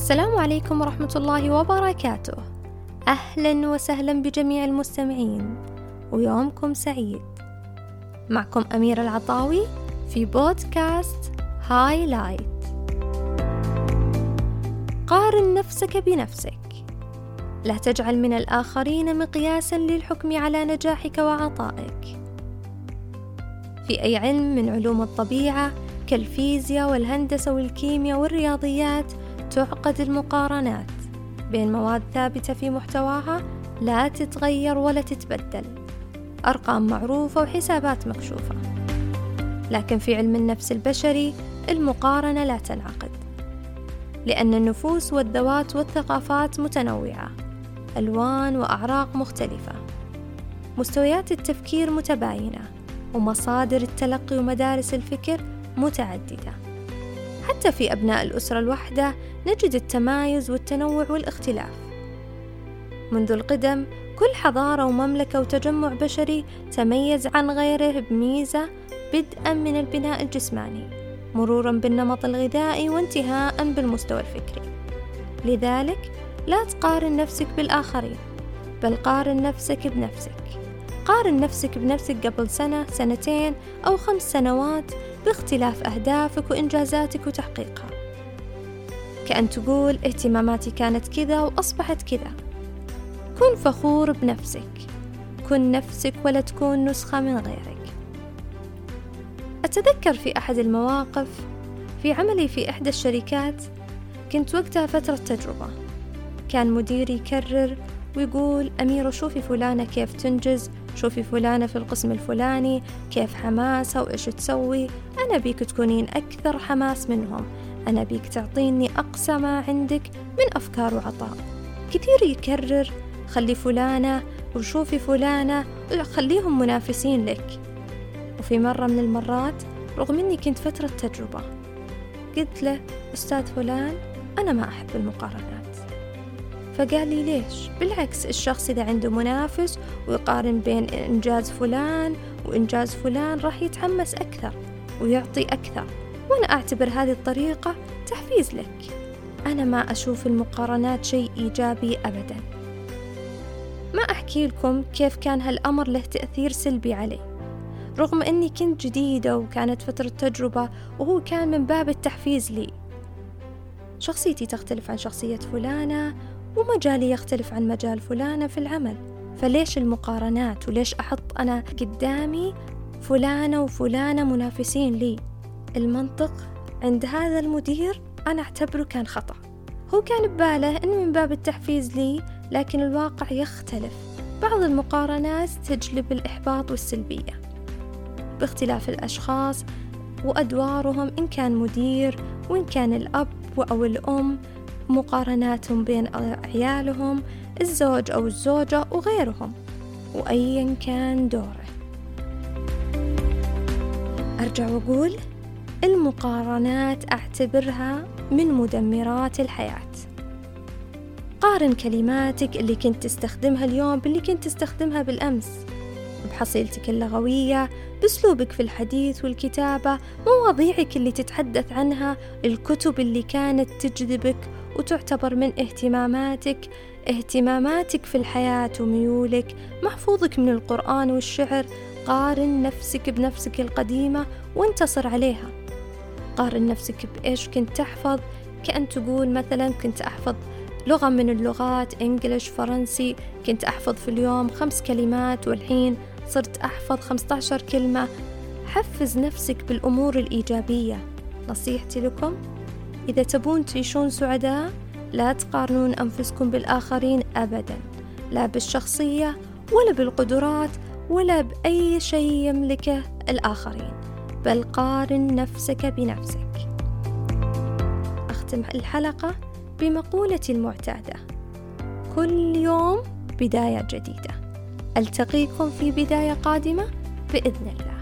السلام عليكم ورحمة الله وبركاته. أهلا وسهلا بجميع المستمعين ويومكم سعيد. معكم أميرة العطاوي في بودكاست هايلايت. قارن نفسك بنفسك، لا تجعل من الآخرين مقياسا للحكم على نجاحك وعطائك. في أي علم من علوم الطبيعة كالفيزياء والهندسة والكيمياء والرياضيات تعقد المقارنات بين مواد ثابتة في محتواها لا تتغير ولا تتبدل، أرقام معروفة وحسابات مكشوفة. لكن في علم النفس البشري المقارنة لا تنعقد، لأن النفوس والذوات والثقافات متنوعة، ألوان وأعراق مختلفة، مستويات التفكير متباينة، ومصادر التلقي ومدارس الفكر متعددة. حتى في أبناء الأسرة الواحدة نجد التمايز والتنوع والاختلاف. منذ القدم كل حضارة ومملكة وتجمع بشري تميز عن غيره بميزة، بدءا من البناء الجسماني مرورا بالنمط الغذائي وانتهاء بالمستوى الفكري. لذلك لا تقارن نفسك بالآخرين، بل قارن نفسك بنفسك. قارن نفسك بنفسك قبل سنة، سنتين أو 5 سنوات باختلاف أهدافك وإنجازاتك وتحقيقها. كأن تقول اهتماماتي كانت كذا وأصبحت كذا. كن فخور بنفسك، كن نفسك ولا تكون نسخة من غيرك. أتذكر في أحد المواقف في عملي في إحدى الشركات، كنت وقتها فترة تجربة. كان مديري يكرر ويقول أميرة شوفي فلانة كيف تنجز، شوفي فلانة في القسم الفلاني كيف حماسها وإيش تسوي، أنا بيك تكونين أكثر حماس منهم، أنا بيك تعطيني أقصى ما عندك من أفكار وعطاء. كثير يكرر خلي فلانة وشوفي فلانة، خليهم منافسين لك. وفي مرة من المرات رغم أني كنت فترة تجربة قلت له أستاذ فلان أنا ما أحب المقارنات. فقال لي ليش؟ بالعكس، الشخص إذا عنده منافس ويقارن بين إنجاز فلان وإنجاز فلان راح يتحمس أكثر ويعطي أكثر، وأنا أعتبر هذه الطريقة تحفيز لك. أنا ما أشوف المقارنات شيء إيجابي أبدا. ما أحكي لكم كيف كان هالأمر له تأثير سلبي علي، رغم أني كنت جديدة وكانت فترة تجربة، وهو كان من باب التحفيز لي. شخصيتي تختلف عن شخصية فلانة، ومجالي يختلف عن مجال فلانة في العمل، فليش المقارنات؟ وليش أحط أنا قدامي فلانة وفلانة منافسين لي؟ المنطق عند هذا المدير أنا أعتبره كان خطأ. هو كان بباله أنه من باب التحفيز لي، لكن الواقع يختلف. بعض المقارنات تجلب الإحباط والسلبية باختلاف الأشخاص وأدوارهم، إن كان مدير وإن كان الأب أو الأم، مقارناتهم بين عيالهم، الزوج أو الزوجة وغيرهم، وأيا كان دوره. أرجع وأقول المقارنات أعتبرها من مدمرات الحياة. قارن كلماتك اللي كنت تستخدمها اليوم باللي كنت تستخدمها بالأمس، بحصيلتك اللغوية، بأسلوبك في الحديث والكتابة، مواضيعك اللي تتحدث عنها، الكتب اللي كانت تجذبك وتعتبر من اهتماماتك في الحياة وميولك، محفوظك من القرآن والشعر. قارن نفسك بنفسك القديمة وانتصر عليها. قارن نفسك بإيش كنت تحفظ، كأن تقول مثلا كنت أحفظ لغة من اللغات، إنجليش، فرنسي، كنت أحفظ في اليوم 5 كلمات والحين صرت أحفظ 15 كلمة. حفز نفسك بالأمور الإيجابية. نصيحتي لكم إذا تبون تعيشون سعداء لا تقارنون أنفسكم بالآخرين أبدا، لا بالشخصية ولا بالقدرات ولا بأي شيء يملكه الآخرين، بل قارن نفسك بنفسك. أختم الحلقة بمقولتي المعتادة: كل يوم بداية جديدة. ألتقيكم في بداية قادمة بإذن الله.